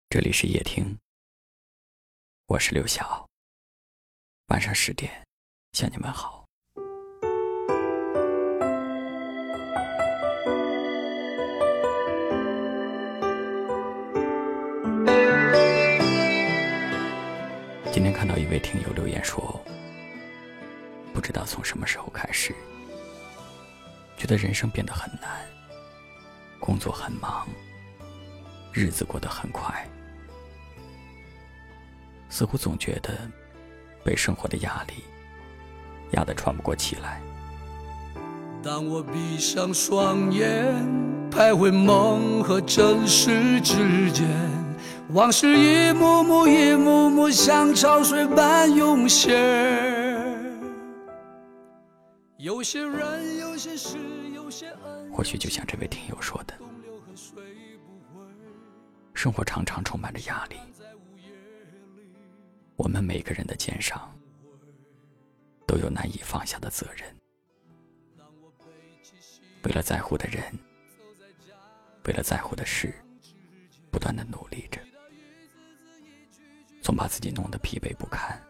这里是夜听，我是刘晓。晚上10点向你们好。今天看到一位听友留言说，不知道从什么时候开始，觉得人生变得很难，工作很忙，日子过得很快，似乎总觉得被生活的压力压得喘不过气来。 当我闭上双眼，徘徊梦和真实之间，往事一幕幕一幕幕像潮水般涌现。有些人有些事有些恩， 或许就像这位听友说的，生活常常充满着压力，我们每个人的肩上都有难以放下的责任。为了在乎的人，为了在乎的事，不断地努力着，总把自己弄得疲惫不堪。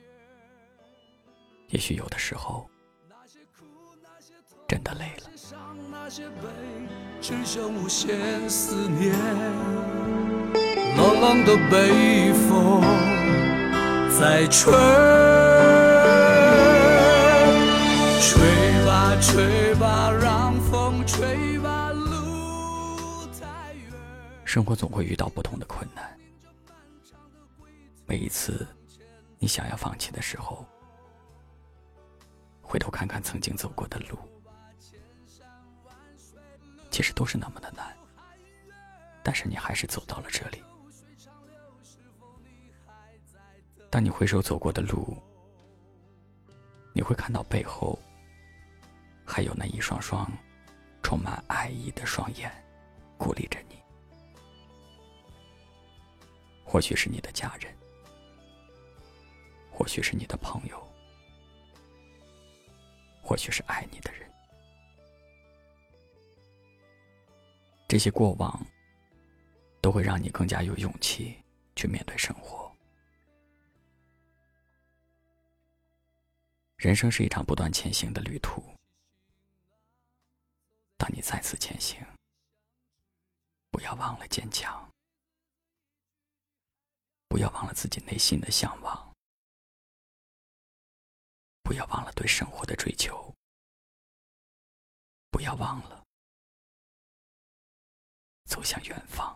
也许有的时候真的累了。 只剩无限思念，冷冷的北风在吹，吹吧吹吧让风吹吧，路太远。 生活总会遇到不同的困难，每一次你想要放弃的时候，回头看看曾经走过的路，其实都是那么的难，但是你还是走到了这里。当你回首走过的路，你会看到背后还有那一双双充满爱意的双眼鼓励着你。或许是你的家人，或许是你的朋友，或许是爱你的人。这些过往都会让你更加有勇气去面对生活。人生是一场不断前行的旅途，当你再次前行，不要忘了坚强，不要忘了自己内心的向往，不要忘了对生活的追求，不要忘了走向远方。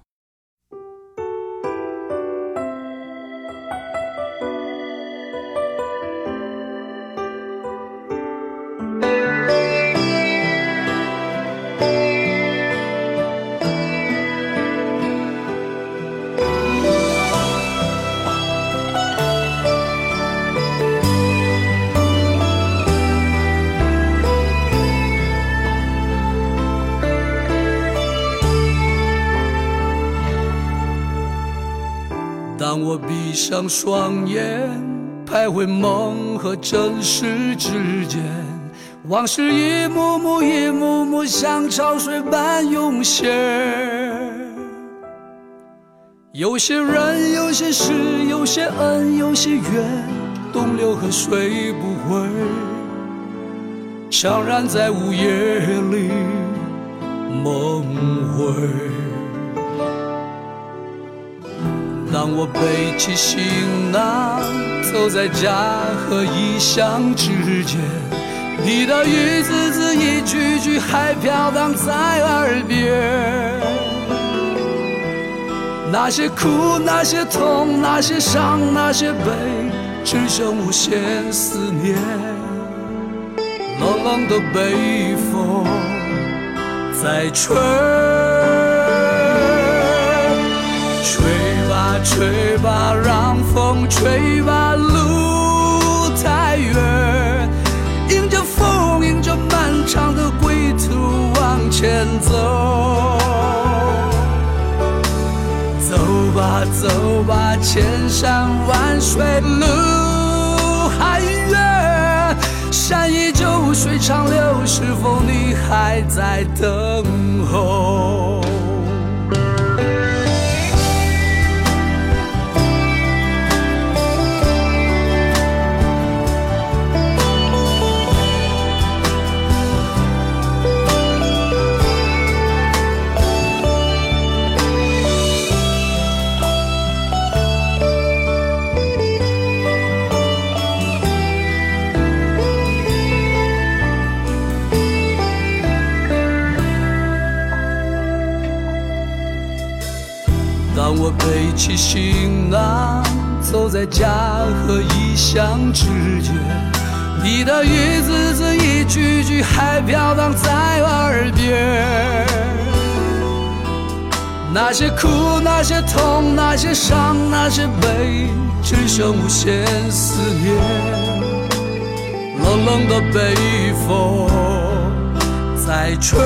当我闭上双眼，徘徊梦和真实之间，往事一幕幕一幕幕像潮水般涌现。有些人有些事有些恩有些怨，东流河水不回，怅然在午夜里梦回。当我背起行囊，走在家和异乡之间，你的一字字一句句还飘荡在耳边。那些苦那些痛那些伤那些悲，只剩无限思念。冷冷的北风在吹，吹吧让风吹吧，路太远，迎着风迎着漫长的归途往前走。走吧走吧千山万水，路还远，山依旧水长流，是否你还在等候？ 背起行囊，走在家和异乡之间，你的一字字一句句还飘荡在耳边。那些苦，那些痛，那些伤，那些悲，只剩无限思念。冷冷的北风在吹，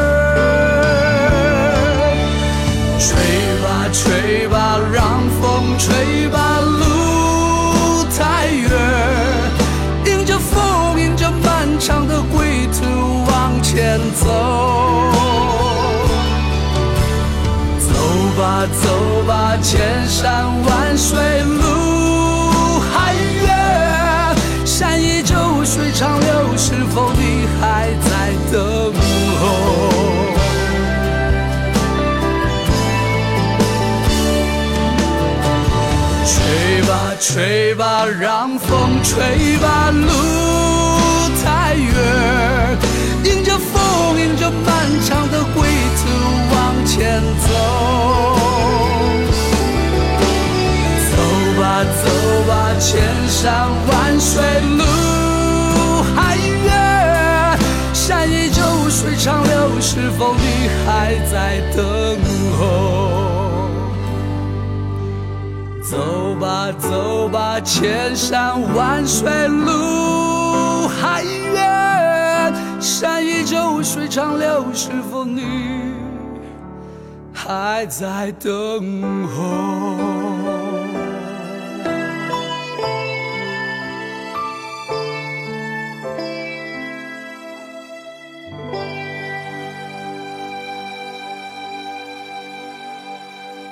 吹吧吹吧，让风吹吧，路太远，迎着风，迎着漫长的归途往前走。走吧走吧，千山万水路还远，山依旧水长流，是否你还在等候？吹吧吹吧，让风吹吧，路太远，迎着风，迎着漫长的归途往前走。走吧走吧，千山万水路还远，山依旧水长流，是否你还在等候？走吧走吧，千山万水路还远，山依旧水长流，是否你还在等候？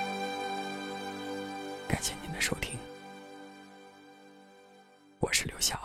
感谢您的收听，我是刘翔。